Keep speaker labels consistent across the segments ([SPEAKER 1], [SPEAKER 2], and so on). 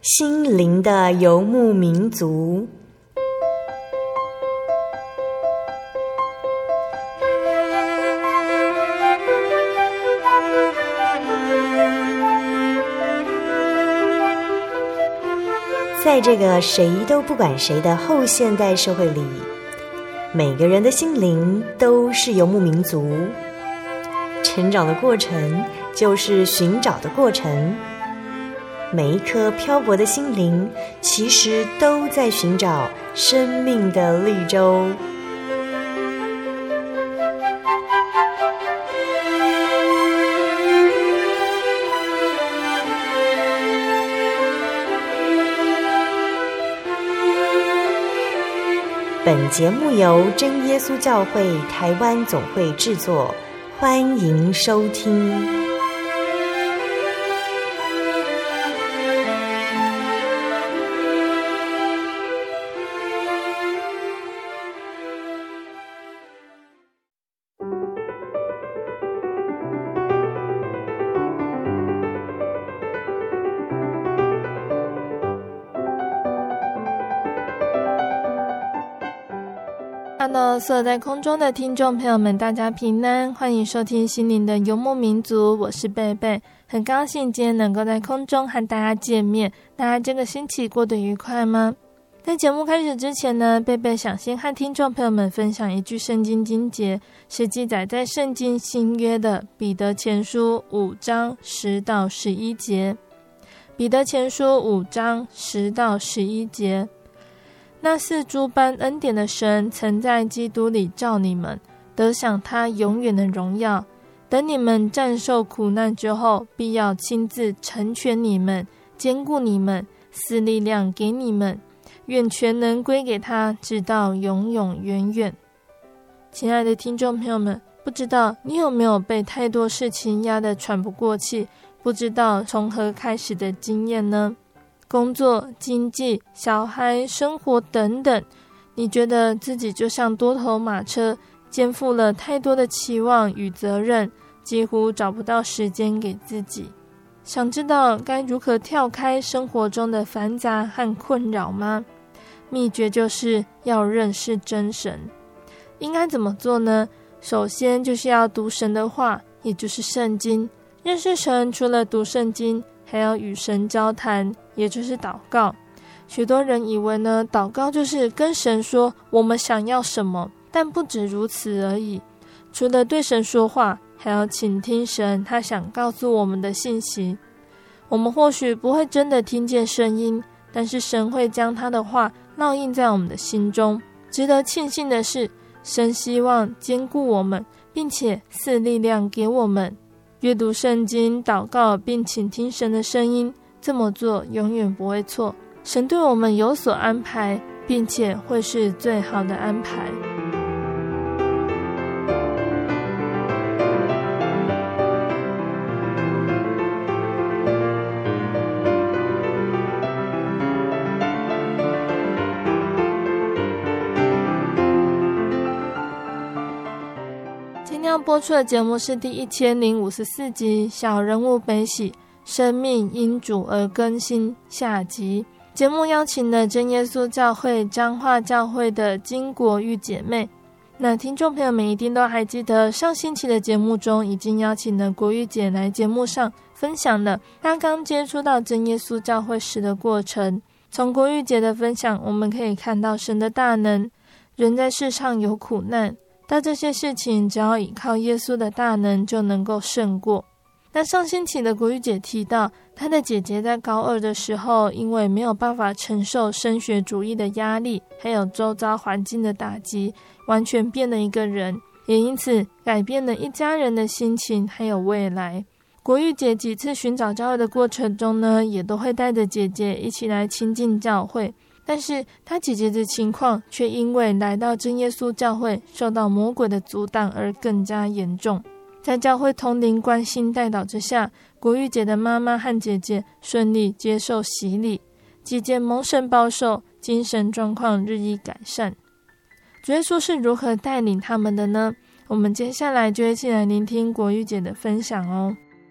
[SPEAKER 1] 心灵的游牧民族。在这个谁都不管谁的后现代社会里，每个人的心灵都是游牧民族。成长的过程就是寻找的过程，每一颗漂泊的心灵其实都在寻找生命的绿洲。本节目由真耶稣教会台湾总会制作，欢迎收听。
[SPEAKER 2] Hello， 所有在空中的听众朋友们，大家平安，欢迎收听心灵的游牧民族，我是贝贝，很高兴今天能够在空中和大家见面。大家这个星期过得愉快吗？在节目开始之前呢，贝贝想先和听众朋友们分享一句圣经经节，是记载在圣经新约的彼得前书5章10到11节。彼得前书5章10到11节，那是诸般恩典的神曾在基督里召你们，得享他永远的荣耀。等你们战胜苦难之后，必要亲自成全你们，坚固你们，赐力量给你们。愿全能归给他，直到永永远远。亲爱的听众朋友们，不知道你有没有被太多事情压得喘不过气，不知道从何开始的经验呢？工作、经济、小孩、生活等等，你觉得自己就像多头马车，肩负了太多的期望与责任，几乎找不到时间给自己。想知道该如何跳开生活中的繁杂和困扰吗？秘诀就是要认识真神。应该怎么做呢？首先就是要读神的话，也就是圣经。认识神除了读圣经，还要与神交谈，也就是祷告。许多人以为呢，祷告就是跟神说我们想要什么，但不止如此而已。除了对神说话，还要倾听神他想告诉我们的信息。我们或许不会真的听见声音，但是神会将他的话烙印在我们的心中。值得庆幸的是，神希望坚固我们，并且赐力量给我们。阅读圣经、祷告并倾听神的声音，这么做永远不会错。神对我们有所安排，并且会是最好的安排。今天要播出的节目是第1054集《小人物悲喜，生命因主而更新》下集。节目邀请了真耶稣教会彰化教会的金国玉姐妹。那听众朋友们一定都还记得，上星期的节目中已经邀请了国玉姐来节目上分享了她刚接触到真耶稣教会时的过程。从国玉姐的分享，我们可以看到神的大能。人在世上有苦难，但这些事情只要依靠耶稣的大能就能够胜过。那上星期的国玉姐提到，她的姐姐在高2的时候，因为没有办法承受升学主义的压力，还有周遭环境的打击，完全变了一个人，也因此改变了一家人的心情还有未来。国玉姐几次寻找教会的过程中呢，也都会带着姐姐一起来亲近教会。但是他姐姐的情况却因为来到真耶稣教会受到魔鬼的阻挡而更加严重。在教会同灵关心带导之下，国玉姐的妈妈和姐姐顺利接受洗礼，姐姐蒙神保守，精神状况日益改善。主耶稣是如何带领他们的呢？我们接下来就一起来聆听国玉姐的分享哦。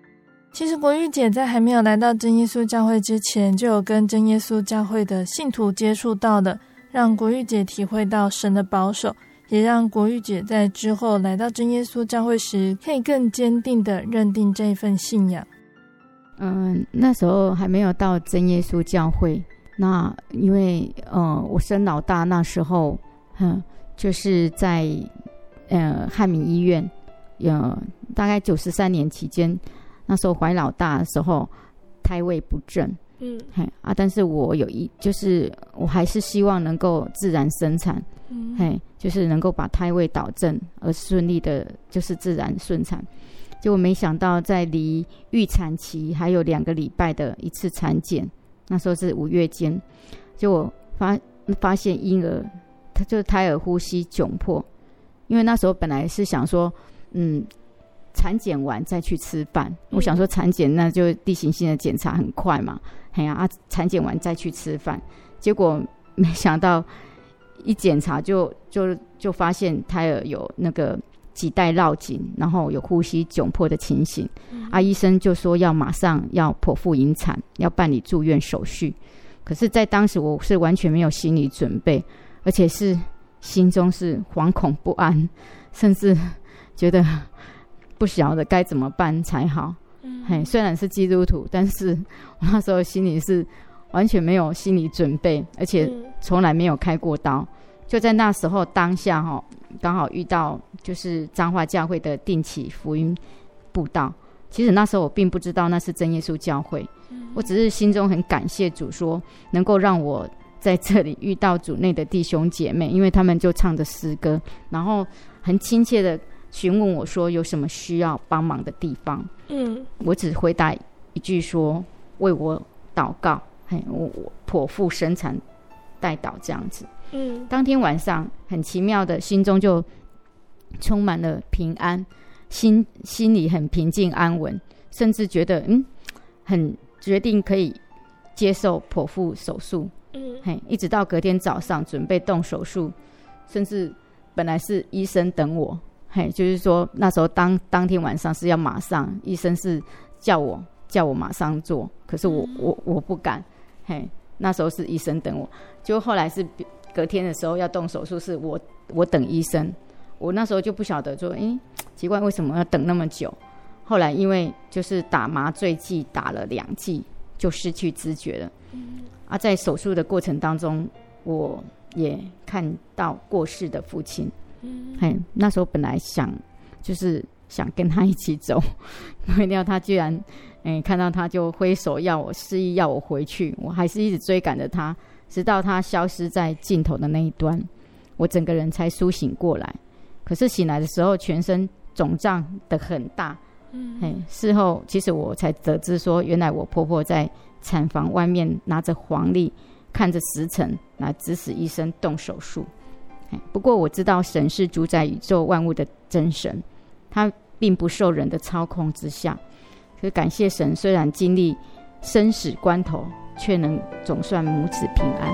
[SPEAKER 2] 其实国玉姐在还没有来到真耶稣教会之前，就有跟真耶稣教会的信徒接触到的，让国玉姐体会到神的保守，也让国玉姐在之后来到真耶稣教会时，可以更坚定地认定这份信仰。
[SPEAKER 3] 那时候还没有到真耶稣教会，那因为我生老大那时候，就是在汉民医院，大概93年期间。那时候怀老大的时候，胎位不正，但是我就是我还是希望能够自然生产，就是能够把胎位导正，而顺利的，就是自然顺产。结果没想到，在离预产期还有2个礼拜的一次产检，那时候是5月间，结果发现婴儿，他就是胎儿呼吸窘迫，因为那时候本来是想说，产检完再去吃饭，我想说产检那就例行性的检查很快嘛，产检完再去吃饭，结果没想到一检查就发现胎儿有那个脐带绕颈，然后有呼吸窘迫的情形，医生就说要马上要剖腹引产，要办理住院手续。可是在当时我是完全没有心理准备，而且是心中是惶恐不安，甚至觉得不晓得该怎么办才好。虽然是基督徒，但是我那时候心里是完全没有心理准备，而且从来没有开过刀。就在那时候当下刚好遇到就是彰化教会的定期福音布道，其实那时候我并不知道那是真耶稣教会，我只是心中很感谢主，说能够让我在这里遇到主内的弟兄姐妹，因为他们就唱着诗歌，然后很亲切的询问我说有什么需要帮忙的地方。我只回答一句说为我祷告，我剖腹生产代祷这样子。当天晚上很奇妙的心中就充满了平安，心里很平静安稳，甚至觉得很决定可以接受剖腹手术。一直到隔天早上准备动手术，甚至本来是医生等我，就是说那时候当天晚上是要马上，医生是叫我马上做，可是我不敢，那时候是医生等我，就后来是隔天的时候要动手术，是我等医生，我那时候就不晓得说奇怪为什么要等那么久。后来因为就是打麻醉剂打了2剂就失去知觉了。在手术的过程当中，我也看到过世的父亲。那时候本来就是想跟他一起走，没料他居然看到他就挥手示意要我回去，我还是一直追赶着他，直到他消失在尽头的那一端，我整个人才苏醒过来。可是醒来的时候全身肿胀得很大。事后其实我才得知说，原来我婆婆在产房外面拿着黄历，看着时辰来指使医生动手术。不过我知道神是主宰宇宙万物的真神，他并不受人的操控之下。可是感谢神，虽然经历生死关头，却能总算母子平安。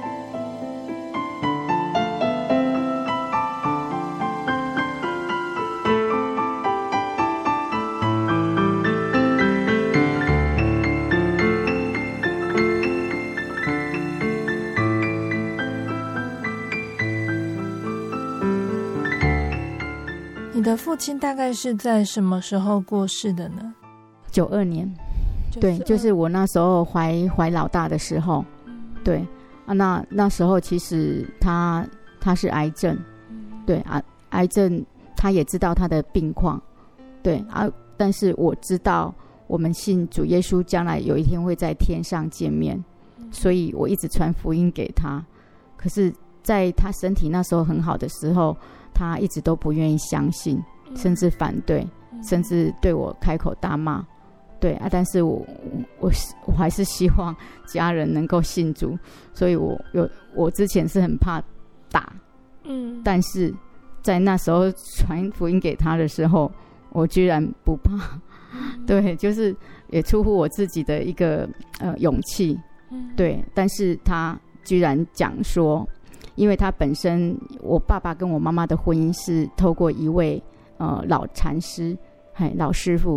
[SPEAKER 2] 你的父亲大概是在什么时候过世的呢
[SPEAKER 3] ？92年，对，就是我那时候怀老大的时候。对那时候其实他是癌症。对癌症他也知道他的病况。对但是我知道我们信主耶稣将来有一天会在天上见面，所以我一直传福音给他。可是在他身体那时候很好的时候，他一直都不愿意相信，甚至反对，甚至对我开口大骂。对但是我还是希望家人能够信主，所以我之前是很怕打。但是在那时候传福音给他的时候，我居然不怕。对，就是也出乎我自己的一个勇气。对，但是他居然讲说，因为他本身我爸爸跟我妈妈的婚姻是透过一位老禅师老师傅，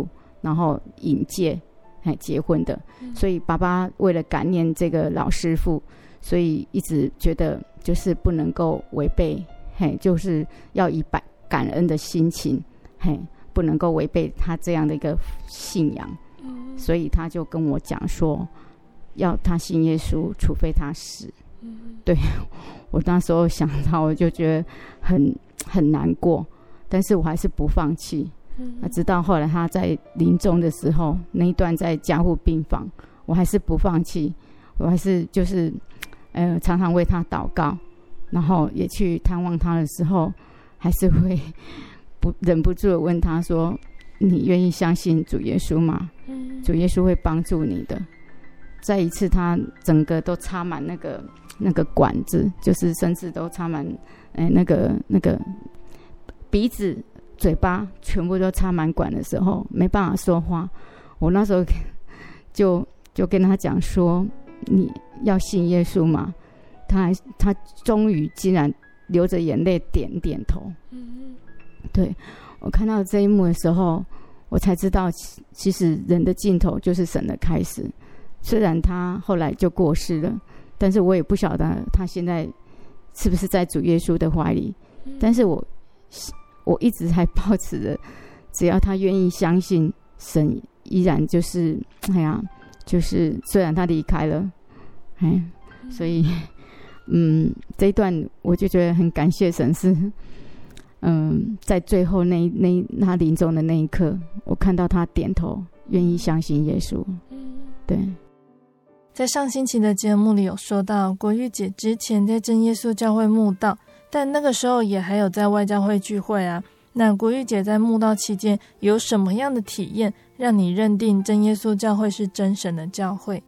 [SPEAKER 3] 然后引介结婚的，所以爸爸为了感念这个老师傅，所以一直觉得就是不能够违背，就是要以感恩的心情，不能够违背他这样的一个信仰，所以他就跟我讲说，要他信耶稣，除非他死。对，我那时候想到，我就觉得很难过，但是我还是不放弃。直到后来他在临终的时候，那一段在加护病房，我还是不放弃，我还是就是常常为他祷告，然后也去探望他的时候，还是会忍不住的问他说，你愿意相信主耶稣吗？主耶稣会帮助你的。再一次他整个都插满那个管子，就是甚至都插满那个鼻子嘴巴全部都插满管的时候，没办法说话。我那时候就跟他讲说，你要信耶稣吗？他终于竟然流着眼泪点头。对，我看到这一幕的时候，我才知道其实人的尽头就是神的开始。虽然他后来就过世了，但是我也不晓得他现在是不是在主耶稣的怀里，但是我一直还抱持着，只要他愿意相信神，依然就是就是虽然他离开了，所以这一段我就觉得很感谢神，是在最后他临终的那一刻，我看到他点头愿意相信耶稣。对，
[SPEAKER 2] 在上星期的节目里有说到，国玉姐之前在真耶稣教会慕道，但那个时候也还有在外教会聚会啊。那国玉姐在慕道期间有什么样的体验，让你认定真耶稣教会是真神的教会？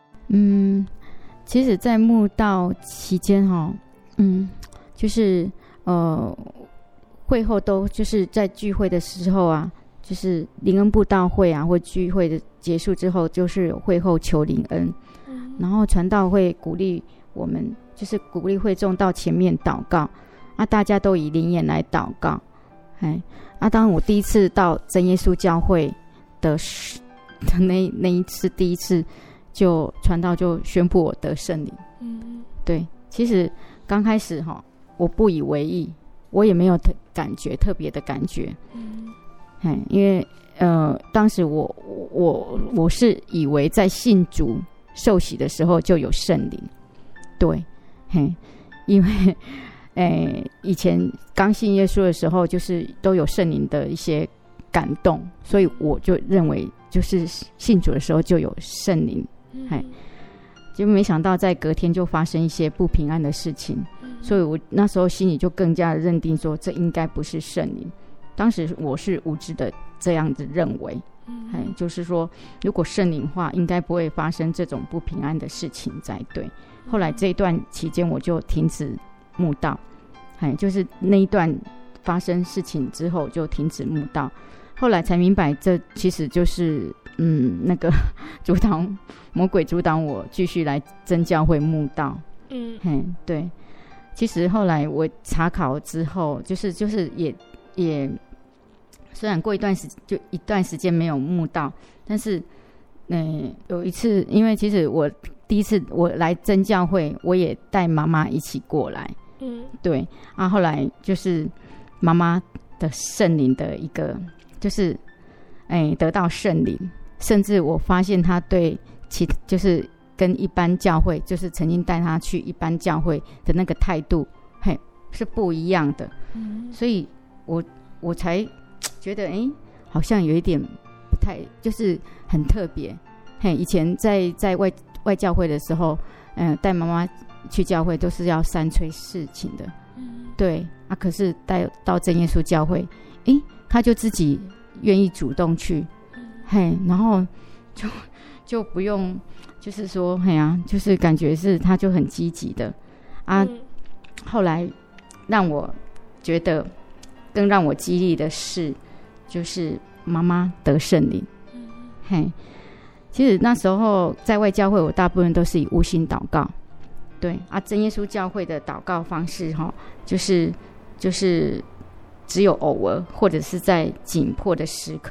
[SPEAKER 3] 其实在慕道期间就是会后都就是在聚会的时候啊，就是灵恩布道会啊，或聚会的结束之后，就是会后求灵恩，然后传道会鼓励我们，就是鼓励会众到前面祷告，大家都以灵言来祷告。当我第一次到真耶稣教会的那一次，第一次就传道就宣布我得圣灵。对，其实刚开始我不以为意，我也没有特别的感觉。因为当时我是以为在信主受洗的时候就有圣灵。对，因为以前刚信耶稣的时候，就是都有圣灵的一些感动，所以我就认为就是信主的时候就有圣灵。就没想到在隔天就发生一些不平安的事情，所以我那时候心里就更加认定说这应该不是圣灵。当时我是无知的这样子认为，就是说如果圣灵的话，应该不会发生这种不平安的事情才对。后来这一段期间我就停止慕道，就是那一段发生事情之后就停止慕道。后来才明白，这其实就是那个魔鬼阻挡我继续来真教会慕道。对。其实后来我查考之后，就是也虽然过一段时间没有慕道，但是有一次，因为其实我第一次我来真教会，我也带妈妈一起过来。对后来就是妈妈的圣灵的一个就是得到圣灵，甚至我发现她对就是跟一般教会，就是曾经带她去一般教会的那个态度是不一样的。所以我才觉得好像有一点不太，就是很特别。以前在外教会的时候，带妈妈去教会都是要三催四请的。对可是到真耶稣教会，他就自己愿意主动去，然后就不用，就是说就是感觉是他就很积极的后来让我觉得更让我激励的是，就是妈妈得圣灵。其实那时候在外教会，我大部分都是以悟性祷告。对真耶稣教会的祷告方式就是只有偶尔或者是在紧迫的时刻，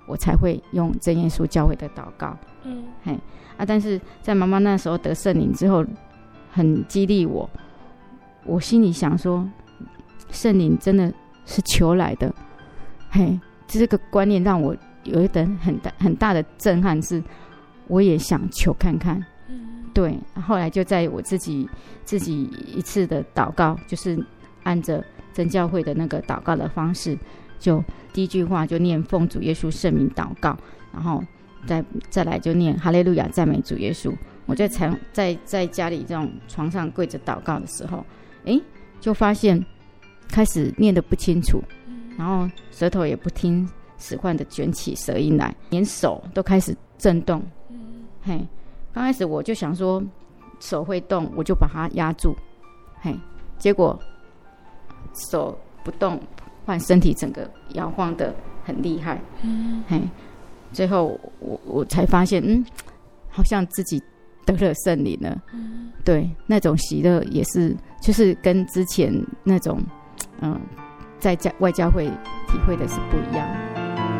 [SPEAKER 3] 我才会用真耶稣教会的祷告。但是在妈妈那时候得圣灵之后，很激励我。我心里想说，圣灵真的是求来的，这个观念让我有一点很大的震撼，是我也想求看看。对，后来就在我自己一次的祷告，就是按着真教会的那个祷告的方式，就第一句话就念奉主耶稣圣名祷告，然后再来就念哈利路亚赞美主耶稣。我在家里这种床上跪着祷告的时候，就发现开始念得不清楚，然后舌头也不听使唤的卷起舌音来，连手都开始震动。刚开始我就想说手会动，我就把它压住，结果手不动，换身体整个摇晃得很厉害。最后我才发现，好像自己得了圣灵了。对，那种喜乐也是，就是跟之前那种在外教会体会的是不一样的。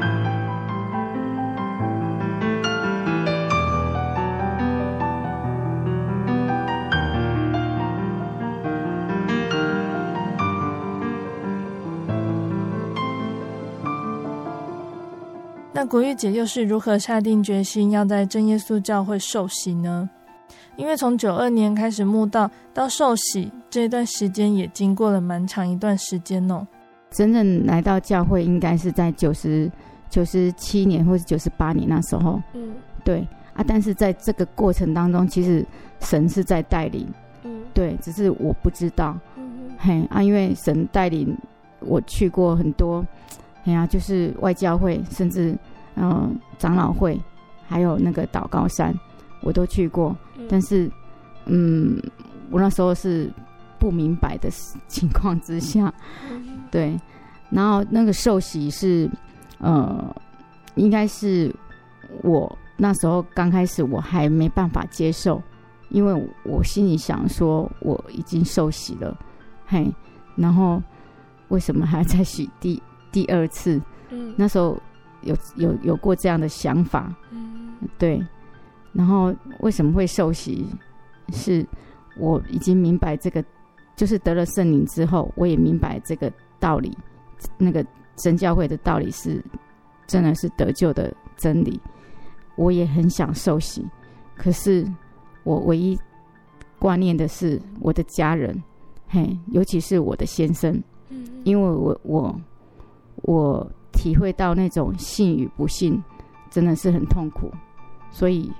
[SPEAKER 2] 那国玉姐又是如何下定决心要在真耶稣教会受洗呢？因为从92年开始慕道到受洗这段时间也经过了蛮长一段时间哦。
[SPEAKER 3] 真正来到教会应该是在97年或是98年那时候。对啊，但是在这个过程当中，其实神是在带领。对，只是我不知道。因为神带领我去过很多，就是外教会，甚至长老会，还有那个祷告山，我都去过。但是我那时候是不明白的情况之下，对，然后那个受洗是应该是我那时候刚开始我还没办法接受，因为我心里想说我已经受洗了，然后为什么还在洗第二次？那时候有过这样的想法。对，然后为什么会受洗？是我已经明白这个，就是得了圣灵之后，我也明白这个道理，那个真教会的道理是真的是得救的真理。我也很想受洗，可是我唯一挂念的是我的家人，尤其是我的先生，因为我体会到那种信与不信真的是很痛苦，所以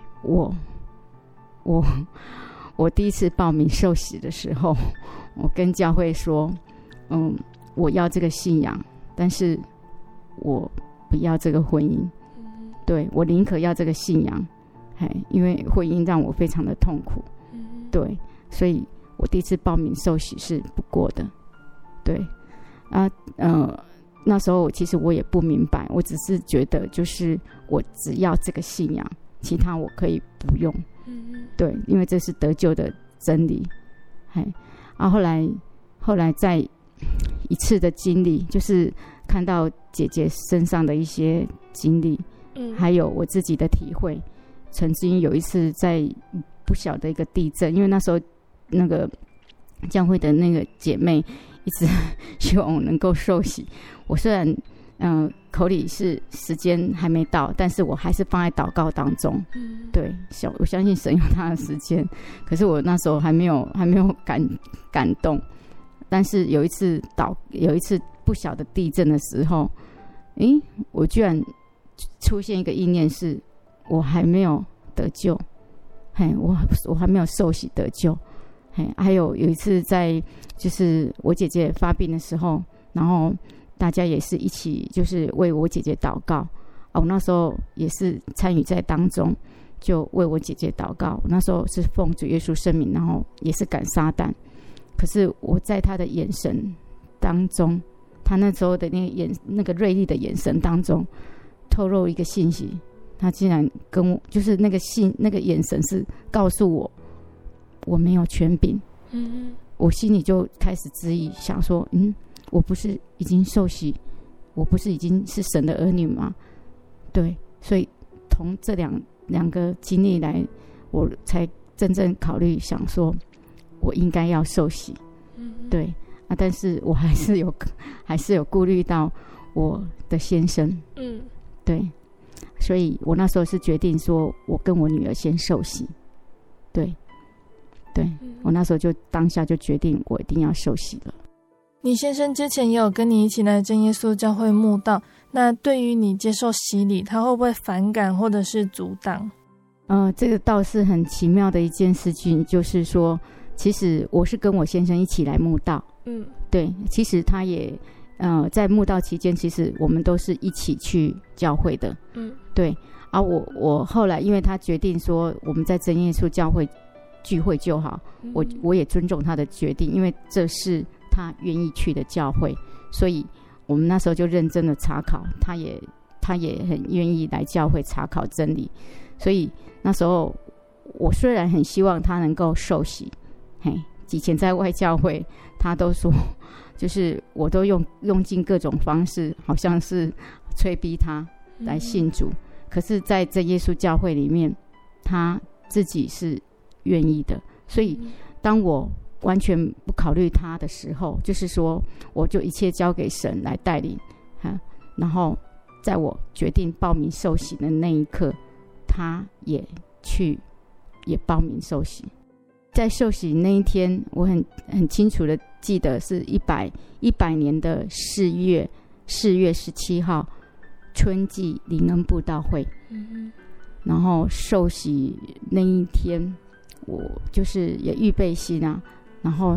[SPEAKER 3] 我第一次报名受洗的时候，我跟教会说，我要这个信仰，但是我不要这个婚姻。对，我宁可要这个信仰，因为婚姻让我非常的痛苦。对，所以我第一次报名受洗是不过的。对啊，那时候其实我也不明白，我只是觉得就是我只要这个信仰，其他我可以不用。对，因为这是得救的真理。后来在一次的经历，就是看到姐姐身上的一些经历，还有我自己的体会。曾经有一次在不小的一个地震，因为那时候那个教会的那个姐妹一直希望我能够受洗。我虽然口里是时间还没到，但是我还是放在祷告当中。对，我相信神有他的时间，可是我那时候还没有感动。但是有一次不小的地震的时候，我居然出现一个意念，是我还没有得救，我还没有受洗得救。还有一次就是我姐姐发病的时候，然后大家也是一起就是为我姐姐祷告。我那时候也是参与在当中，就为我姐姐祷告。我那时候是奉主耶稣圣名，然后也是赶撒旦。可是我在他的眼神当中，他那时候的那个锐利的眼神当中，透露一个信息。他竟然跟我，就是那个眼神是告诉我没有权柄。我心里就开始质疑，想说，我不是已经受洗，我不是已经是神的儿女吗？ 对，所以从这两个经历来，我才真正考虑想说我应该要受洗。对啊，但是我还是有顾虑到我的先生。对，所以我那时候是决定说我跟我女儿先受洗。对，我那时候就当下就决定我一定要受洗了。
[SPEAKER 2] 你先生之前也有跟你一起来真耶稣教会慕道，那对于你接受洗礼，他会不会反感或者是阻挡？
[SPEAKER 3] 这个倒是很奇妙的一件事情，就是说其实我是跟我先生一起来慕道。对，其实他也在慕道期间，其实我们都是一起去教会的。对啊，我后来因为他决定说我们在真耶稣教会聚会就好，我也尊重他的决定，因为这是他愿意去的教会，所以我们那时候就认真的查考，他也很愿意来教会查考真理，所以那时候我虽然很希望他能够受洗，以前在外教会他都说，就是我都用尽各种方式，好像是催逼他来信主，可是在这耶稣教会里面，他自己是愿意的，所以当我完全不考虑他的时候，就是说我就一切交给神来带领。然后在我决定报名受洗的那一刻，他也报名受洗。在受洗那一天，我很清楚的记得是100年的4月17号春季灵恩布道会。然后受洗那一天，我就是也预备心啊，然后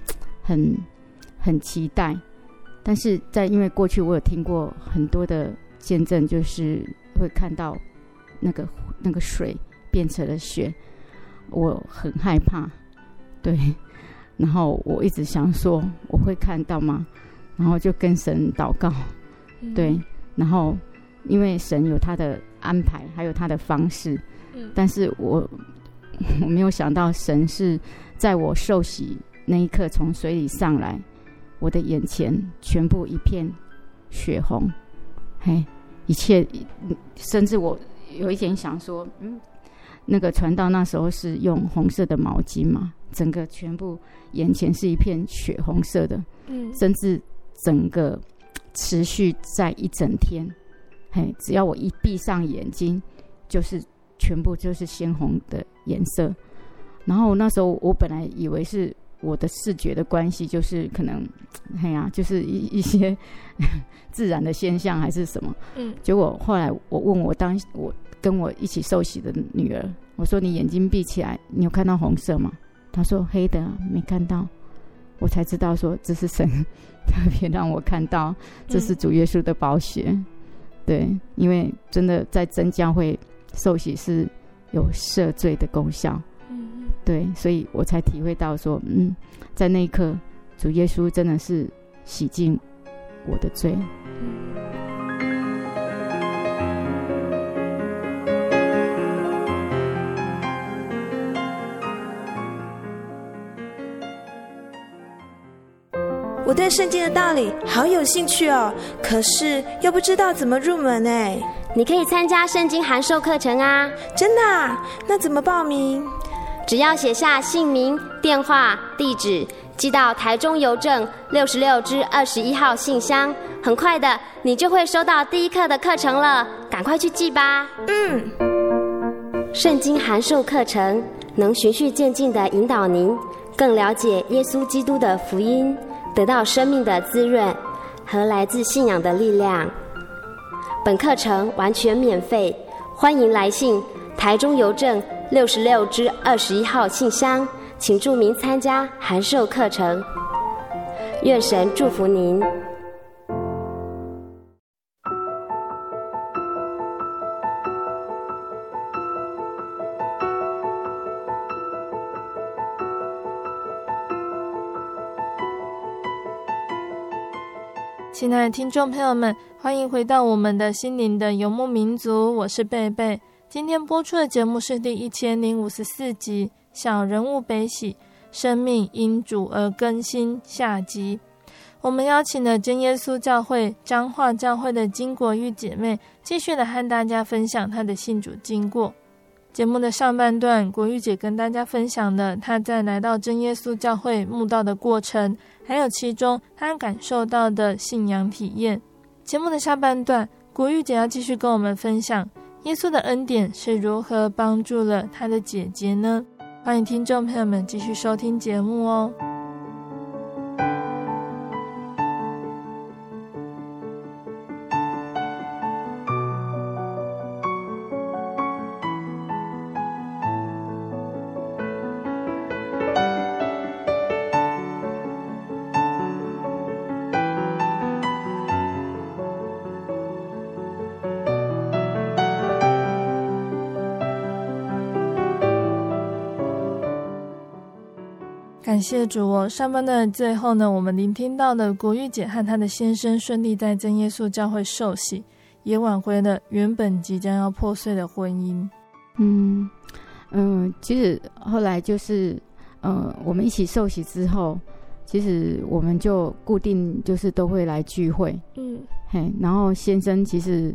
[SPEAKER 3] 很期待。但是因为过去我有听过很多的见证，就是会看到那个水变成了血，我很害怕。对，然后我一直想说我会看到吗？然后就跟神祷告。对，然后因为神有他的安排还有他的方式，但是我没有想到神是在我受洗那一刻从水里上来，我的眼前全部一片血红。一切，甚至我有一点想说那个传道那时候是用红色的毛巾嘛，整个全部眼前是一片血红色的。甚至整个持续在一整天。只要我一闭上眼睛，就是全部就是鲜红的颜色。然后那时候我本来以为是我的视觉的关系，就是可能就是一些自然的现象还是什么。结果后来我问我跟我一起受洗的女儿，我说你眼睛闭起来，你有看到红色吗？她说黑的没看到。我才知道说这是神特别让我看到，这是主耶稣的宝血。对，因为真的在真教会受洗是有赦罪的功效。对，所以我才体会到说在那一刻主耶稣真的是洗净我的罪。
[SPEAKER 4] 我对圣经的道理好有兴趣哦，可是又不知道怎么入门哎。
[SPEAKER 5] 你可以参加圣经函授课程啊。
[SPEAKER 4] 真的啊？那怎么报名？
[SPEAKER 5] 只要写下姓名、电话、地址，寄到台中邮政66支21号信箱，很快的你就会收到第一课的课程了，赶快去寄吧。圣经函授课程能循序渐进地引导您更了解耶稣基督的福音，得到生命的滋润和来自信仰的力量。本课程完全免费，欢迎来信台中邮政66支21号信箱，请注明参加函授课程。愿神祝福您。
[SPEAKER 2] 亲爱的听众朋友们，欢迎回到我们的心灵的游牧民族，我是贝贝。今天播出的节目是第1054集小人物悲喜，生命因主而更新下集。 我们邀请了真耶稣教会彰化教会的金国玉姐妹，继续来和大家分享她的信主经过。节目的上半段，国玉姐跟大家分享了她在来到真耶稣教会慕道的过程，还有其中她感受到的信仰体验。节目的下半段，国玉姐要继续跟我们分享耶稣的恩典是如何帮助了她的姐姐呢？欢迎听众朋友们继续收听节目哦。感谢主哦！上半段的最后呢，我们聆听到了国玉姐和她的先生顺利在真耶稣教会受洗，也挽回了原本即将要破碎的婚姻。
[SPEAKER 3] 其实后来就是我们一起受洗之后，其实我们就固定就是都会来聚会。然后先生其实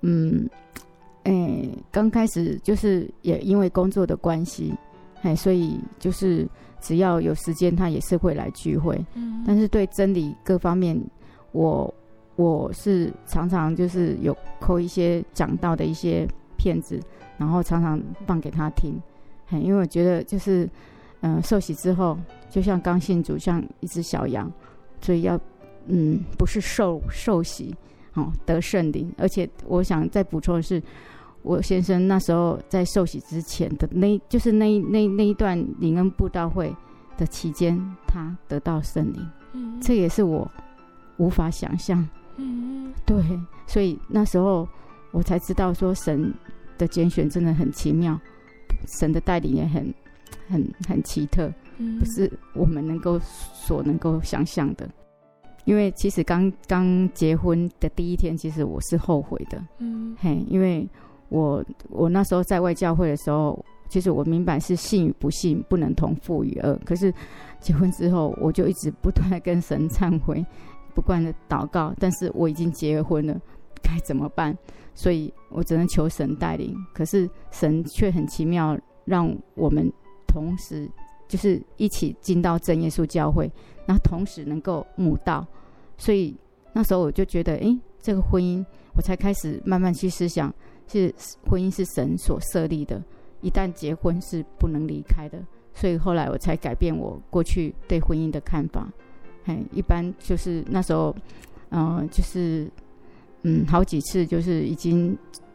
[SPEAKER 3] 刚开始就是也因为工作的关系，所以就是只要有时间他也是会来聚会。但是对真理各方面我是常常就是有抠一些讲道的一些片子，然后常常放给他听。因为我觉得就是受洗之后就像刚信主，像一只小羊，所以要不是受洗得圣灵。而且我想再补充的是，我先生那时候在受洗之前的就是那一段灵恩布道会的期间，他得到圣灵。这也是我无法想象。对，所以那时候我才知道说神的拣选真的很奇妙，神的带领也很奇特，不是我们能够想象的。因为其实刚结婚的第一天，其实我是后悔的。因为我那时候在外教会的时候，其实我明白是信与不信不能同负与恶，可是结婚之后我就一直不断的跟神忏悔，不断的祷告，但是我已经结了婚了，该怎么办？所以我只能求神带领。可是神却很奇妙，让我们同时就是一起进到真耶稣教会，然后同时能够慕道。所以那时候我就觉得这个婚姻，我才开始慢慢去思想，是婚姻是神所设立的，一旦结婚是不能离开的。所以后来我才改变我过去对婚姻的看法。一般就是那时候就是好几次就是已经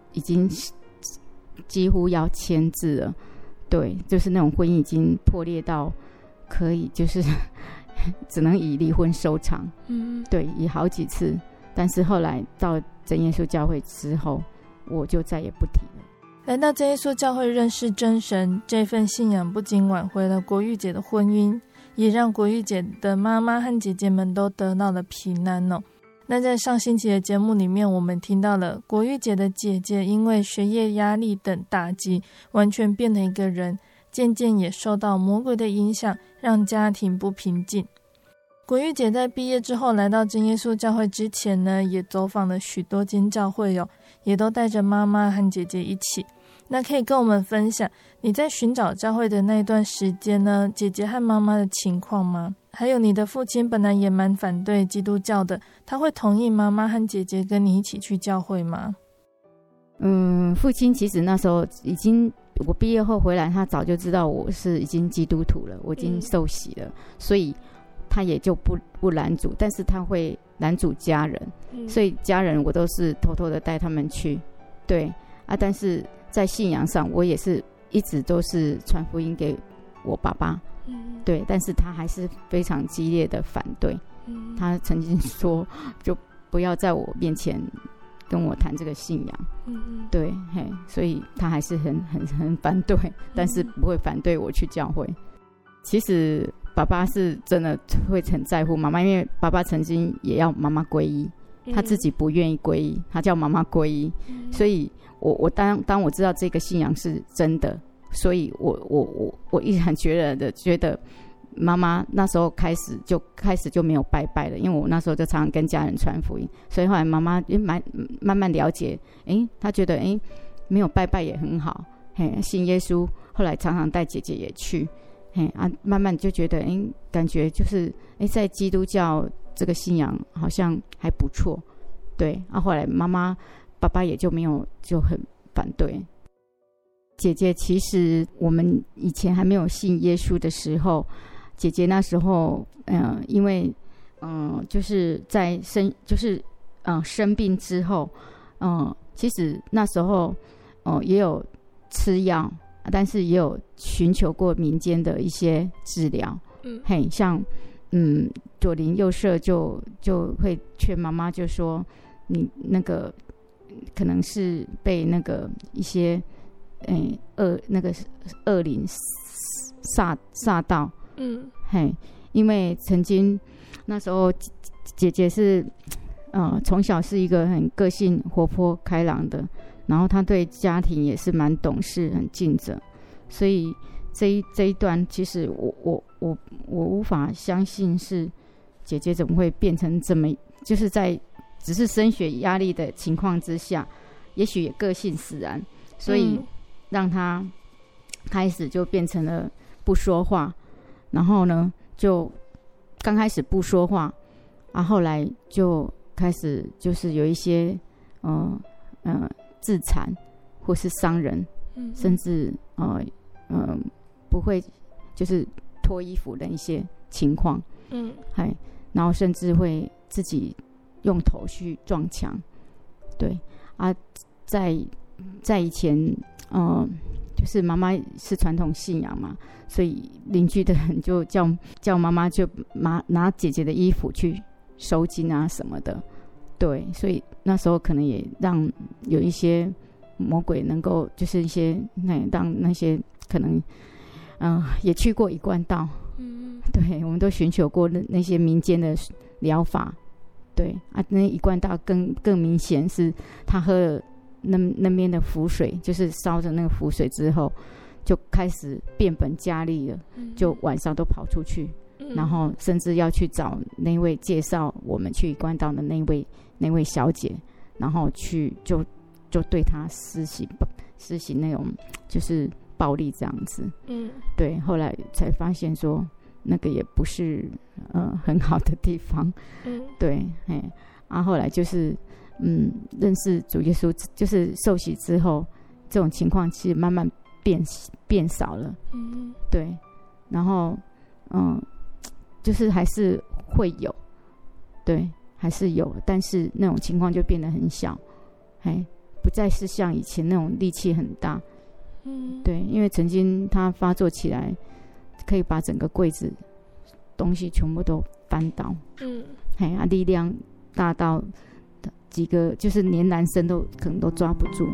[SPEAKER 3] 几乎要签字了。对，就是那种婚姻已经破裂到可以就是只能以离婚收场。对，也好几次。但是后来到真耶稣教会之后，我就再也不提了。
[SPEAKER 2] 来到真耶稣教会认识真神，这份信仰不仅挽回了国玉姐的婚姻，也让国玉姐的妈妈和姐姐们都得到了平安哦。那在上星期的节目里面，我们听到了国玉姐的姐姐因为学业压力等打击，完全变了一个人，渐渐也受到魔鬼的影响，让家庭不平静。国玉姐在毕业之后来到真耶稣教会之前呢，也走访了许多间教会哦，也都带着妈妈和姐姐一起。那可以跟我们分享你在寻找教会的那一段时间呢，姐姐和妈妈的情况吗？还有你的父亲本来也蛮反对基督教的，他会同意妈妈和姐姐跟你一起去教会吗？
[SPEAKER 3] 父亲其实那时候已经，我毕业后回来，他早就知道我是已经基督徒了，我已经受洗了，所以他也就不拦阻，但是他会拦阻家人。所以家人我都是偷偷的带他们去。对啊，但是在信仰上我也是一直都是传福音给我爸爸。对，但是他还是非常激烈的反对。他曾经说就不要在我面前跟我谈这个信仰。对，所以他还是很反对，但是不会反对我去教会。其实爸爸是真的会很在乎妈妈，因为爸爸曾经也要妈妈皈依，他自己不愿意皈依，他叫妈妈皈依。所以我当我知道这个信仰是真的，所以我毅然决然的觉得妈妈那时候开始就没有拜拜了，因为我那时候就常常跟家人传福音，所以后来妈妈也慢慢了解，她觉得没有拜拜也很好，信耶稣，后来常常带姐姐也去，慢慢就觉得感觉就是在基督教这个信仰好像还不错，对后来妈妈爸爸也就没有就很反对。姐姐其实我们以前还没有信耶稣的时候，姐姐那时候因为就是在生病之后，其实那时候也有吃药，但是也有寻求过民间的一些治疗，像左邻右舍就会劝妈妈，就说你那个可能是被那个一些恶灵煞到，因为曾经那时候姐姐是从小是一个很个性活泼开朗的，然后她对家庭也是蛮懂事很尽责，所以这一段其实我无法相信是姐姐怎么会变成这么，就是在只是升学压力的情况之下，也许也个性使然，所以让她开始就变成了不说话，然后呢就刚开始不说话，后来就开始就是有一些自残或是伤人，甚至不会就是脱衣服的一些情况，然后甚至会自己用头去撞墙，对在以前就是妈妈是传统信仰嘛，所以邻居的人就叫妈妈就拿姐姐的衣服去收金啊什么的，对，所以那时候可能也让有一些魔鬼能够就是一些让那些可能也去过一贯道，对，我们都寻求过那些民间的疗法，对那一贯道更明显是他喝了那边的符水，就是烧着那个符水之后就开始变本加厉了，就晚上都跑出去，然后甚至要去找那位介绍我们去一贯道的那位小姐，然后去就对她施行那种就是暴力这样子，对，后来才发现说那个也不是很好的地方，对，后来就是认识主耶稣，就是受洗之后，这种情况其实慢慢变少了，对，然后就是还是会有，对，还是有，但是那种情况就变得很小，不再是像以前那种力气很大，对，因为曾经他发作起来，可以把整个柜子东西全部都翻倒，力量大到几个就是连男生都可能都抓不住。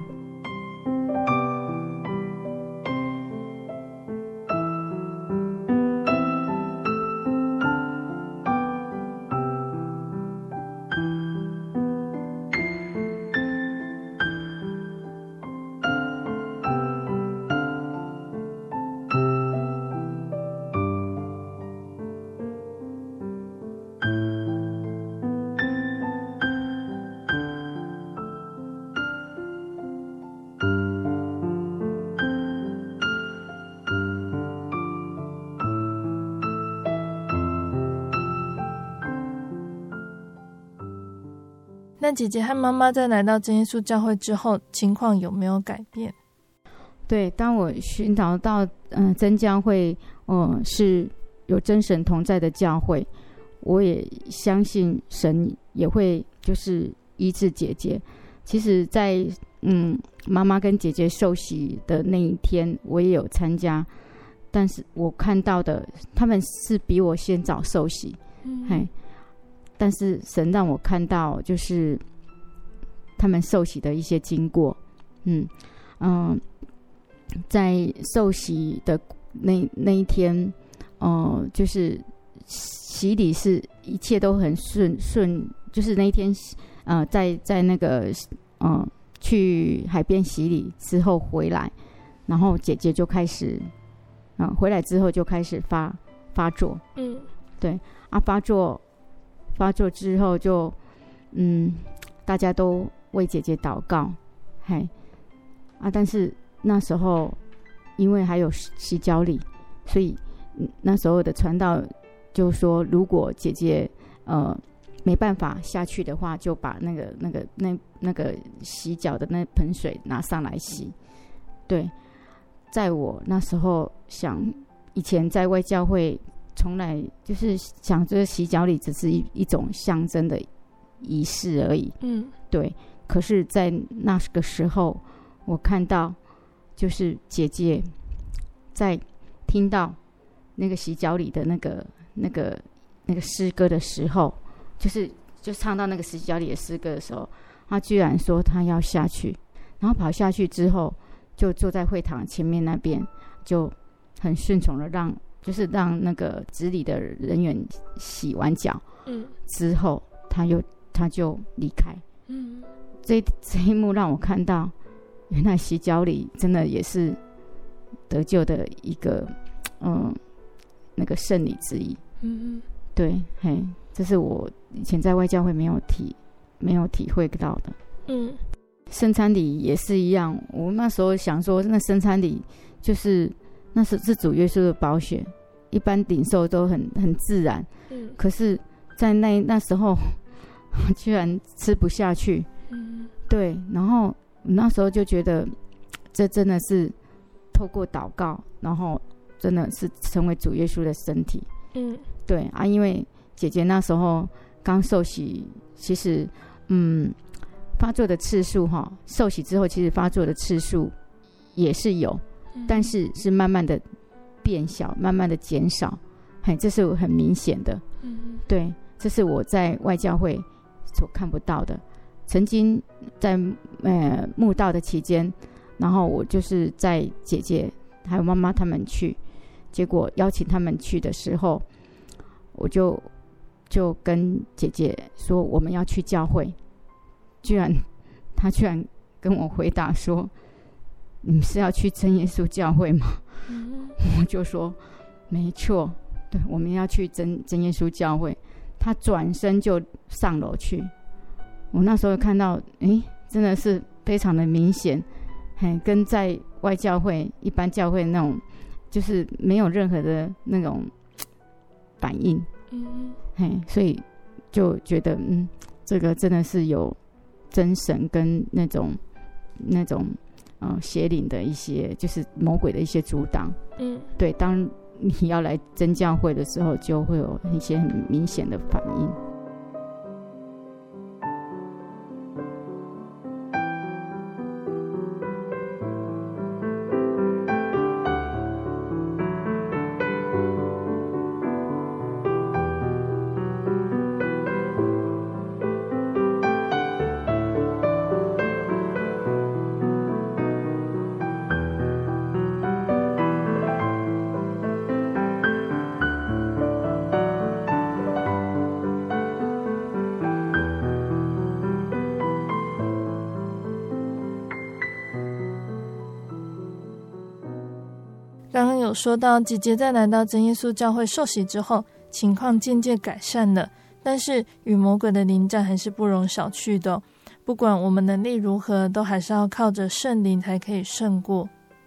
[SPEAKER 2] 那姐姐和妈妈在来到真耶稣教会之后，情况有没有改变？
[SPEAKER 3] 对，当我寻找到真教会是有真神同在的教会，我也相信神也会就是医治姐姐。其实在妈妈跟姐姐受洗的那一天我也有参加，但是我看到的他们是比我先早受洗，但是神让我看到就是他们受洗的一些经过，在受洗的那一天，就是洗礼是一切都很顺，就是那一天，在那个去海边洗礼之后回来，然后姐姐就开始，回来之后就开始发作。对啊，发作之后就大家都为姐姐祷告，但是那时候因为还有洗脚礼，所以那时候的传道就说，如果姐姐没办法下去的话，就把那个洗脚的那盆水拿上来洗。对，在我那时候想，以前在外教会从来就是想，这洗脚礼只是一种象征的仪式而已。对。可是在那个时候，我看到就是姐姐在听到那个洗脚礼的那个诗歌的时候，就唱到那个洗脚礼的诗歌的时候，她居然说她要下去，然后跑下去之后，就坐在会堂前面那边，就很顺从的让那个执礼的人员洗完脚，之后他就离开。这一幕让我看到，原来洗脚礼真的也是得救的一个那个圣礼之一。对，这是我以前在外教会没有体会到的。圣餐礼也是一样，我那时候想说，那圣餐礼就是那是主耶稣的宝血，一般领受都很自然。可是在那时候居然吃不下去。对，然后那时候就觉得这真的是透过祷告，然后真的是成为主耶稣的身体。对啊，因为姐姐那时候刚受洗，其实发作的次数受洗之后其实发作的次数也是有，但是是慢慢的变小，慢慢的减少。这是很明显的。对，这是我在外教会所看不到的。曾经在慕道的期间，然后我就是在姐姐还有妈妈他们去，结果邀请他们去的时候，我就跟姐姐说我们要去教会，她居然跟我回答说，你们是要去真耶稣教会吗？我就说没错，对，我们要去真耶稣教会。她转身就上楼去。我那时候看到，真的是非常的明显，跟在外教会一般教会那种，就是没有任何的那种反应。所以就觉得，这个真的是有真神跟那种邪灵的一些，就是魔鬼的一些阻挡。对，当你要来真教会的时候，就会有一些很明显的反应。
[SPEAKER 2] 刚刚有说到姐姐在来到真耶稣教会受洗之后，情况渐渐改善了，但是与魔鬼的临战还是不容小觑的。不管我们能力如何，都还是要靠着圣灵才可以胜过。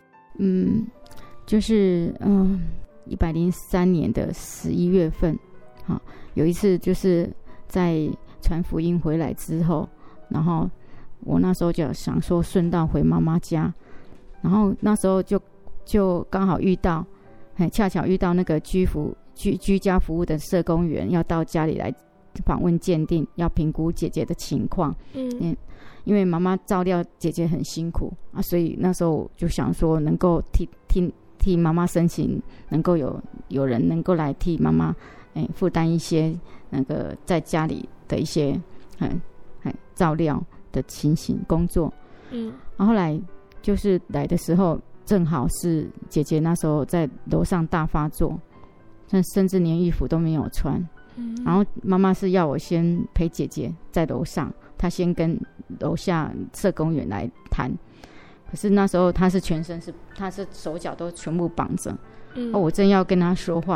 [SPEAKER 2] 就是103年的11月份，有一次就是在传福音回来之后，然后我那时候就想说顺道回妈妈家，然后那时候就刚好遇到，恰巧遇到那个居家服务的社工员要到家里来访问鉴定，要评估姐姐的情况。因为妈妈照料姐姐很辛苦啊，所以那时候就想说能够替妈妈申请，能够有人能够来替妈妈负担一些那个在家里的一些照料的情形工作。然后后来就是来的时候，正好是姐姐那时候在楼上大发作，甚至连衣服都没有穿。然后妈妈是要我先陪姐姐在楼上，她先跟楼下社工员来谈。可是那时候她是全身她是手脚都全部绑着。我正要跟她说话，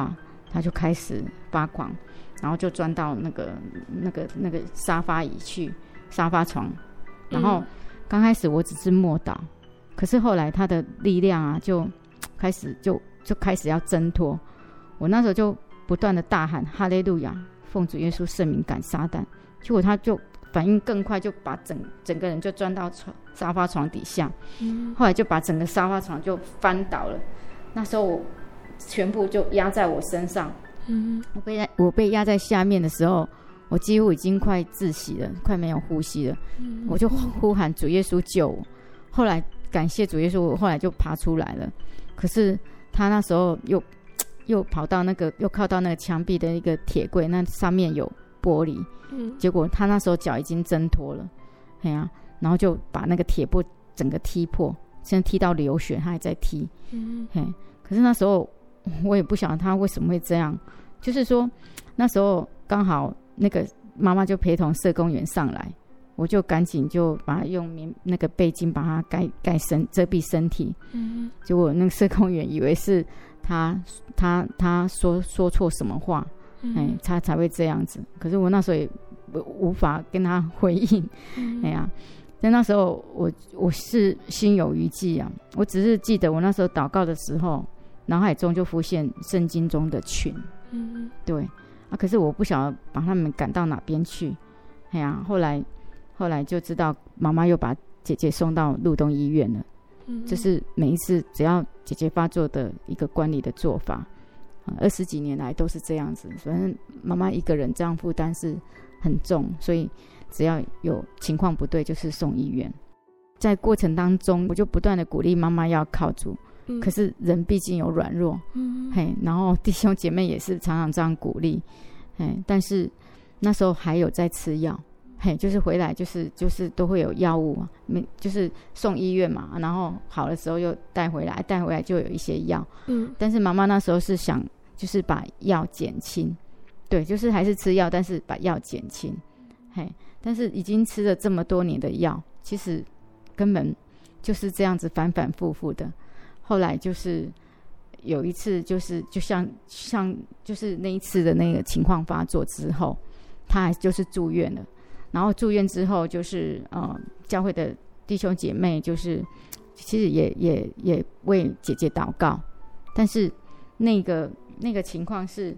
[SPEAKER 3] 他就开始发狂，然后就钻到那个沙发椅去，沙发床，然后刚开始我只是默祷，可是后来他的力量啊就开始要挣脱，我那时候就不断的大喊哈利路亚，奉主耶稣圣名赶撒旦，结果他就反应更快，就把整个人就钻到沙发床底下，后来就把整个沙发床就翻倒了，那时候我全部就压在我身上，我被压在下面的时候，我几乎已经快窒息了，快没有呼吸了，我就呼喊主耶稣救我，后来感谢主耶稣，我后来就爬出来了，可是他那时候又跑到又靠到那个墙壁的一个铁柜，那上面有玻璃，结果他那时候脚已经挣脱了，然后就把那个铁布整个踢破，现在踢到流血，他还在踢，可是那时候我也不晓得他为什么会这样，就是说那时候刚好那个妈妈就陪同社工员上来，我就赶紧就把他用那个背巾把他遮蔽身体，结果那个社工员以为是他说错什么话，他才会这样子，可是我那时候也无法跟他回应，但那时候我是心有余悸啊，我只是记得我那时候祷告的时候，脑海中就浮现圣经中的群，对啊，可是我不晓得把他们赶到哪边去，后来就知道妈妈又把姐姐送到路东医院了，这是每一次只要姐姐发作的一个管理的做法，20几年来都是这样子，反正妈妈一个人这样负担是很重，所以只要有情况不对就是送医院。在过程当中我就不断的鼓励妈妈要靠主，可是人毕竟有软弱，然后弟兄姐妹也是常常这样鼓励，但是那时候还有在吃药，就是回来就是都会有药物，就是送医院嘛，然后好的时候又带回来就有一些药，但是妈妈那时候是想就是把药减轻，对，就是还是吃药，但是把药减轻，但是已经吃了这么多年的药，其实根本就是这样子反反复复的。后来就是有一次就像就是那一次的那个情况发作之后，他还就是住院了，然后住院之后就是教会的弟兄姐妹就是其实也为姐姐祷告，但是那个情况是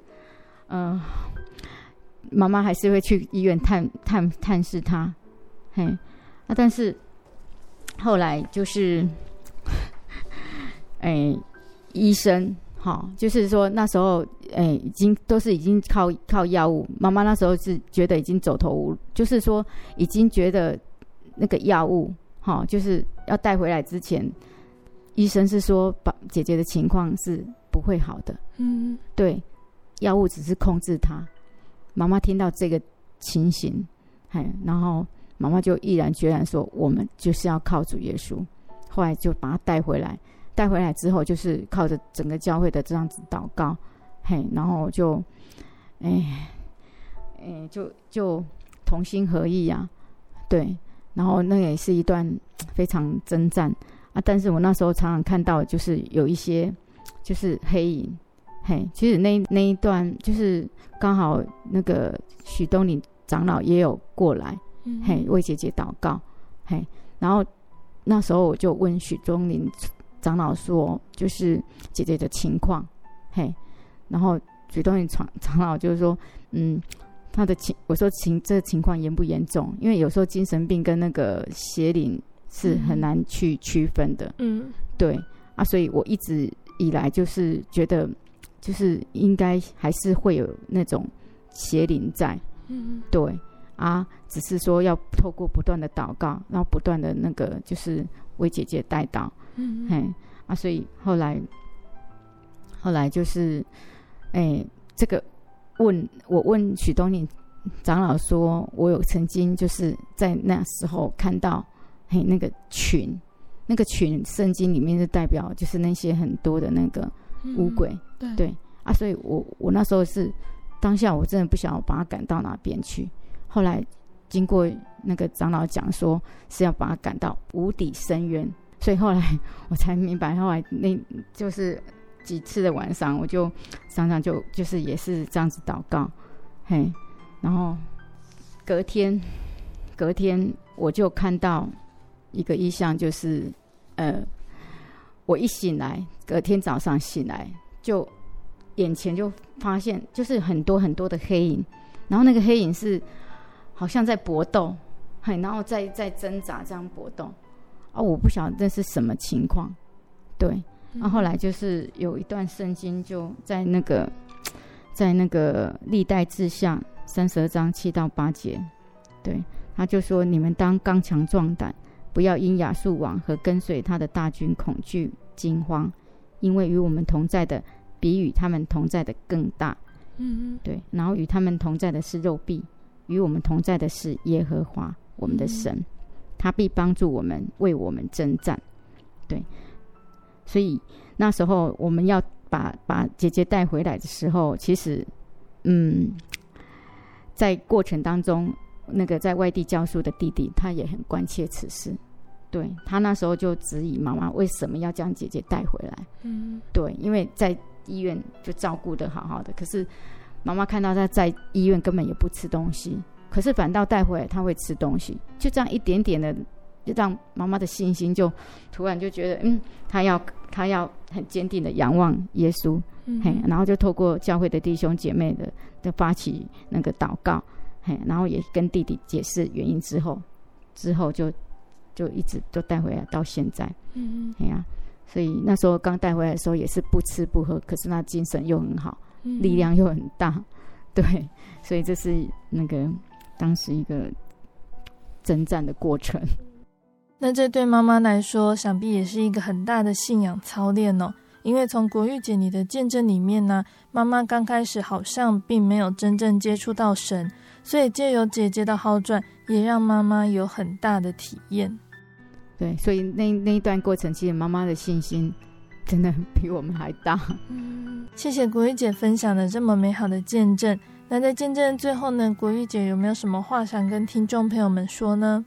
[SPEAKER 3] 妈妈还是会去医院探视她，但是后来就是医生就是说那时候已经靠药物，妈妈那时候是觉得已经走投无路，就是说已经觉得那个药物就是要带回来之前，医生是说姐姐的情况是不会好的，对，药物只是控制她。妈妈听到这个情形，然后妈妈就毅然决然说我们就是要靠主耶稣，后来就把她带回来之后就是靠着整个教会的这样子祷告，然后就就同心合意啊，对，然后那也是一段非常征战啊，但是我那时候常常看到就是有一些就是黑影，其实那一段就是刚好那个许东林长老也有过来，为姐姐祷告，然后那时候我就问许东林长老说就是姐姐的情况，然后许东林长老就是说他的我说这个情况严不严重，因为有时候精神病跟那个邪灵是很难去区分的，对啊，所以我一直以来就是觉得就是应该还是会有那种邪灵在，对啊，只是说要透过不断的祷告，然后不断的那个就是为姐姐代祷，所以后来就是这个我问许东林长老说，我有曾经就是在那时候看到那个群圣经里面是代表就是那些很多的那个污鬼，对啊，所以我那时候是当下我真的不想要把他赶到哪边去，后来经过那个长老讲说是要把他赶到无底深渊，所以后来我才明白，后来那就是几次的晚上，我就常常就是也是这样子祷告，嘿，然后隔天我就看到一个异象，就是我一醒来，隔天早上醒来，就眼前就发现就是很多很多的黑影，然后那个黑影是好像在搏斗，嘿，然后在挣扎这样搏斗我不晓得这是什么情况，对。然后后来就是有一段圣经就在那个历代志下32章7到8节，对，他就说你们当刚强壮胆，不要因亚述王和跟随他的大军恐惧惊慌，因为与我们同在的比与他们同在的更大。对，然后与他们同在的是肉臂，与我们同在的是耶和华我们的神，他必帮助我们，为我们征战。对，所以那时候我们要把姐姐带回来的时候，其实在过程当中，那个在外地教书的弟弟他也很关切此事，对，他那时候就质疑妈妈为什么要将姐姐带回来。对，因为在医院就照顾得好好的，可是妈妈看到她在医院根本也不吃东西，可是反倒带回来她会吃东西，就这样一点点的就让妈妈的信心就突然就觉得她要很坚定的仰望耶稣，然后就透过教会的弟兄姐妹的发起那个祷告，然后也跟弟弟解释原因之后就一直都带回来到现在。所以那时候刚带回来的时候也是不吃不喝，可是那精神又很好，力量又很大，对，所以这是那个当时一个征战的过程。
[SPEAKER 2] 那这对妈妈来说想必也是一个很大的信仰操练哦，因为从国玉姐你的见证里面呢，妈妈刚开始好像并没有真正接触到神，所以藉由姐姐的好转，也让妈妈有很大的体验。
[SPEAKER 3] 对，所以那一段过程，其实妈妈的信心真的比我们还大。
[SPEAKER 2] 谢谢国玉姐分享的这么美好的见证。那在见证最后呢，国玉姐有没有什么话想跟听众朋友们说呢？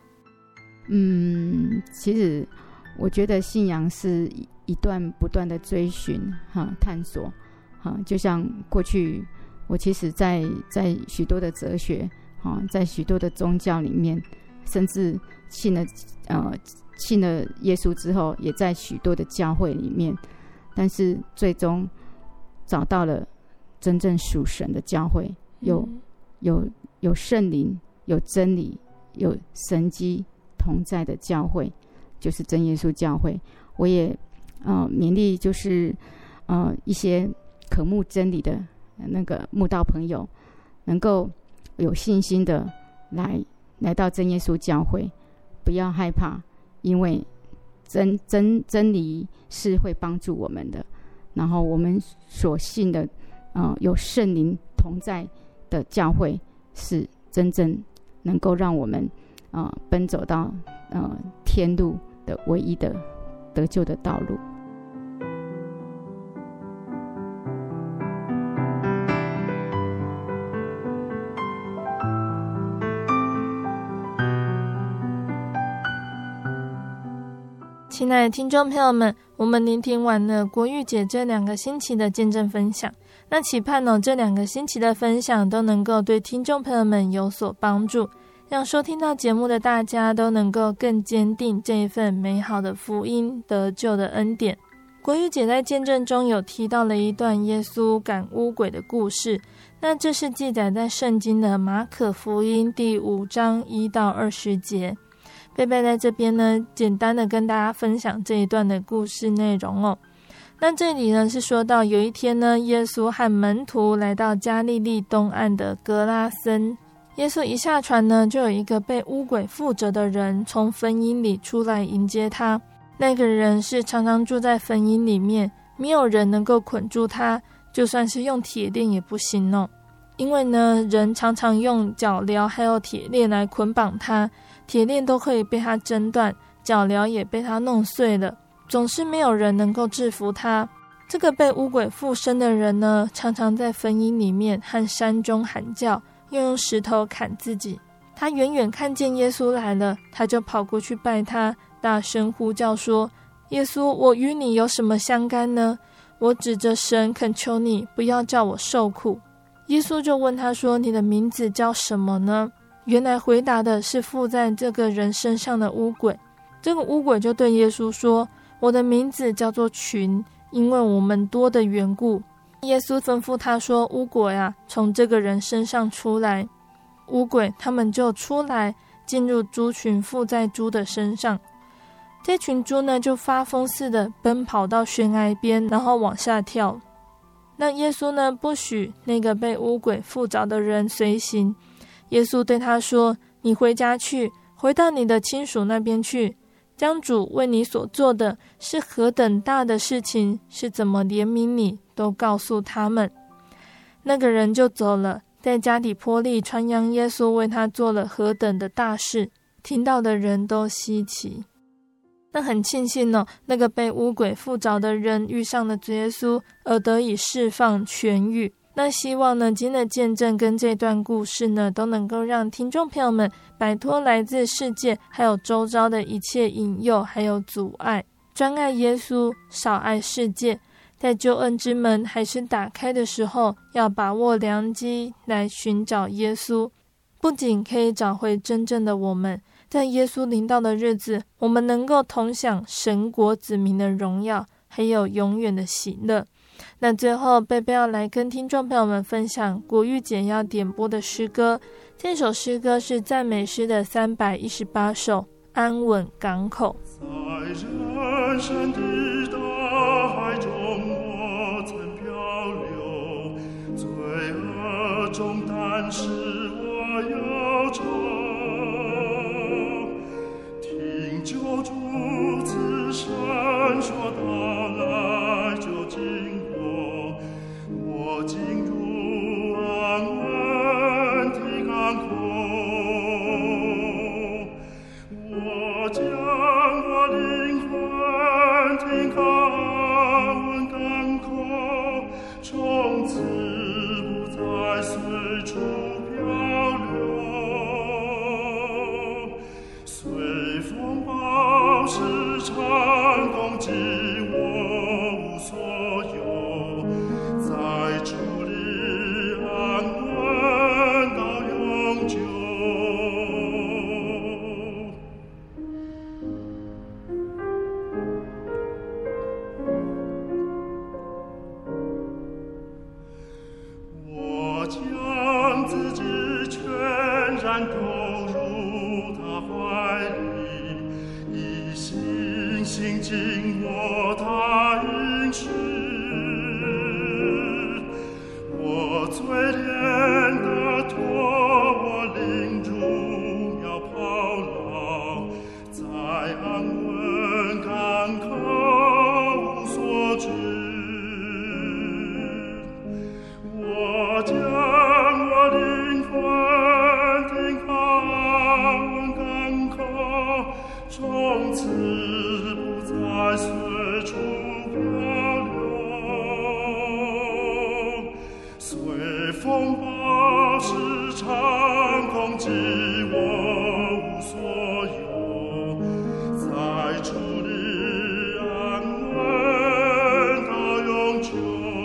[SPEAKER 3] 其实我觉得信仰是一段不断的追寻探索就像过去我其实在许多的哲学在许多的宗教里面，甚至信了耶稣之后，也在许多的教会里面，但是最终找到了真正属神的教会，有圣灵，有真理，有神迹同在的教会，就是真耶稣教会。我也勉励就是一些渴慕真理的那个慕道朋友，能够有信心的来到真耶稣教会，不要害怕，因为真理是会帮助我们的。然后我们所信的有圣灵同在的教会，是真正能够让我们奔走到天路的唯一的得救的道路。
[SPEAKER 2] 亲爱的听众朋友们，我们聆听完了国玉姐这2个星期的见证分享，那期盼这2个星期的分享都能够对听众朋友们有所帮助，让收听到节目的大家都能够更坚定这一份美好的福音得救的恩典。国玉姐在见证中有提到了一段耶稣赶污鬼的故事，那这是记载在圣经的马可福音第5章1到20节。贝贝在这边呢，简单的跟大家分享这一段的故事内容哦。那这里呢是说到有一天呢，耶稣和门徒来到加利利东岸的格拉森。耶稣一下船呢，就有一个被污鬼附着的人从坟茔里出来迎接他。那个人是常常住在坟茔里面，没有人能够捆住他，就算是用铁链也不行哦。因为呢，人常常用脚镣还有铁链来捆绑他，铁链都可以被他挣断，脚镣也被他弄碎了，总是没有人能够制服他。这个被污鬼附身的人呢，常常在坟茔里面和山中喊叫，又用石头砍自己。他远远看见耶稣来了，他就跑过去拜他，大声呼叫说：耶稣，我与你有什么相干呢？ 我指着神恳求你，不要叫我受苦。耶稣就问他说，你的名字叫什么呢？原来回答的是附在这个人身上的污鬼。这个污鬼就对耶稣说，我的名字叫做群，因为我们多的缘故。耶稣吩咐他说，污鬼啊，从这个人身上出来。污鬼他们就出来，进入猪群附在猪的身上。这群猪呢，就发疯似的奔跑到悬崖边，然后往下跳。那耶稣呢，不许那个被污鬼附着的人随行。耶稣对他说，你回家去，回到你的亲属那边去，将主为你所做的是何等大的事情，是怎么怜悯你，都告诉他们。那个人就走了，在加底波利传扬耶稣为他做了何等的大事，听到的人都稀奇。那很庆幸哦，那个被污鬼附着的人遇上了主耶稣，而得以释放痊愈。那希望呢，今天的见证跟这段故事呢，都能够让听众朋友们摆脱来自世界还有周遭的一切引诱还有阻碍，专爱耶稣，少爱世界。在救恩之门还是打开的时候，要把握良机来寻找耶稣，不仅可以找回真正的我们，在耶稣临到的日子，我们能够同享神国子民的荣耀，还有永远的喜乐。那最后贝贝要来跟听众朋友们分享国玉姐要点播的诗歌，这首诗歌是赞美诗的318首，安稳港口。
[SPEAKER 6] 在人生的大海中，我曾漂流，罪恶中，但是我忧愁，听救主此声说到来就经过，我进入安稳的港口，我将我灵魂停靠安稳港口，从此不再随处漂流，随风暴时常攻击我无所有，在主里安稳到永久。我将自己全然投入他怀里，一心信紧握他应许，我最怜的托我领入要跑牢，在安稳港口无所惧，我将我灵魂停靠安稳港口，从此不再随处漂流，随风暴时常攻击我无所有，在主里安稳到永久。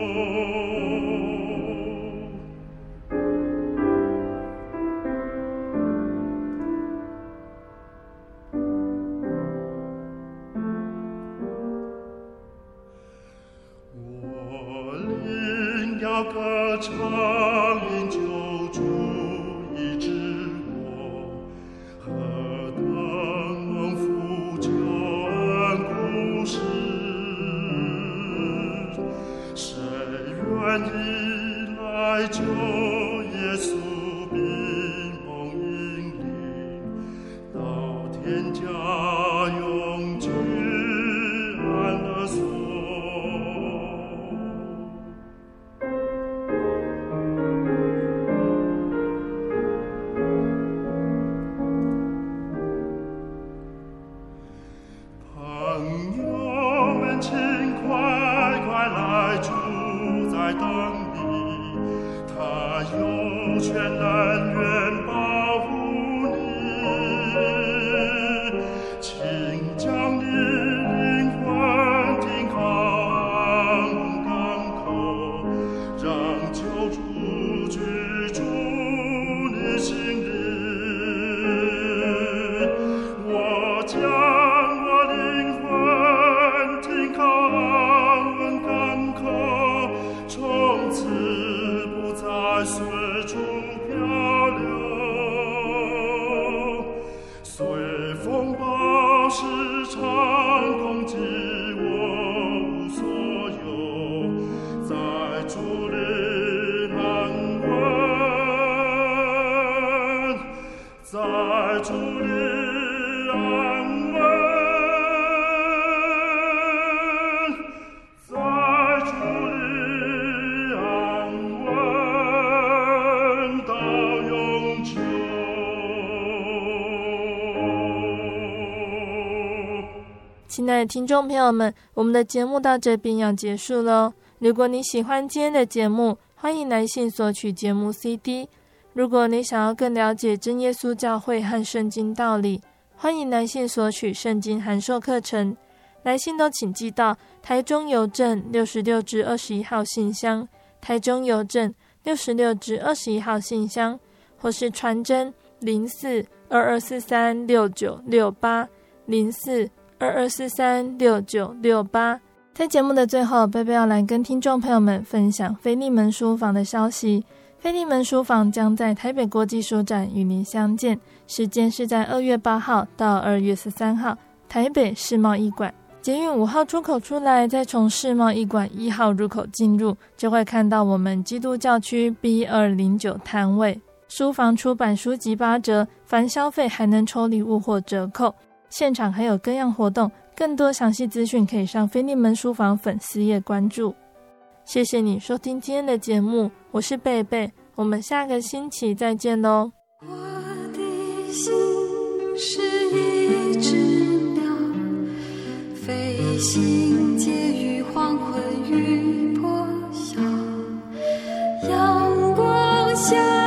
[SPEAKER 6] 我灵要歌唱，因救主医治我，何等蒙福救恩故事，谁愿意来救耶稣闭蒙引领，到天家永居安乐所。朋友们，请快快来，主在等你，他有全能愿保护你，请将你灵魂停靠安稳随处漂流，随风暴时长空寄我无所有，在主里安稳，在主里安稳，在主里安稳到永久。
[SPEAKER 2] 亲爱的听众朋友们，我们的节目到这边要结束了。如果你喜欢今天的节目，欢迎来信索取节目 CD。如果你想要更了解真耶稣教会和圣经道理，欢迎来信索取圣经函授课程。来信都请寄到台中邮政66至21号信箱，台中邮政66至21号信箱，或是传真04-2243-6968 04-2243-6968。在节目的最后，贝贝要来跟听众朋友们分享腓利门书房的消息。腓利门书房将在台北国际书展与您相见，时间是在2月8号到2月13号，台北世贸一馆。捷运5号出口出来，再从世贸一馆1号入口进入，就会看到我们基督教区 B209 摊位。书房出版书籍8折，凡消费还能抽礼物或折扣。现场还有各样活动，更多详细资讯可以上腓利门书房粉丝页关注。谢谢你收听今天的节目，我是贝贝，我们下个星期再见咯。
[SPEAKER 7] 我的心是一只鸟，飞行介于黄昏与破晓，阳光下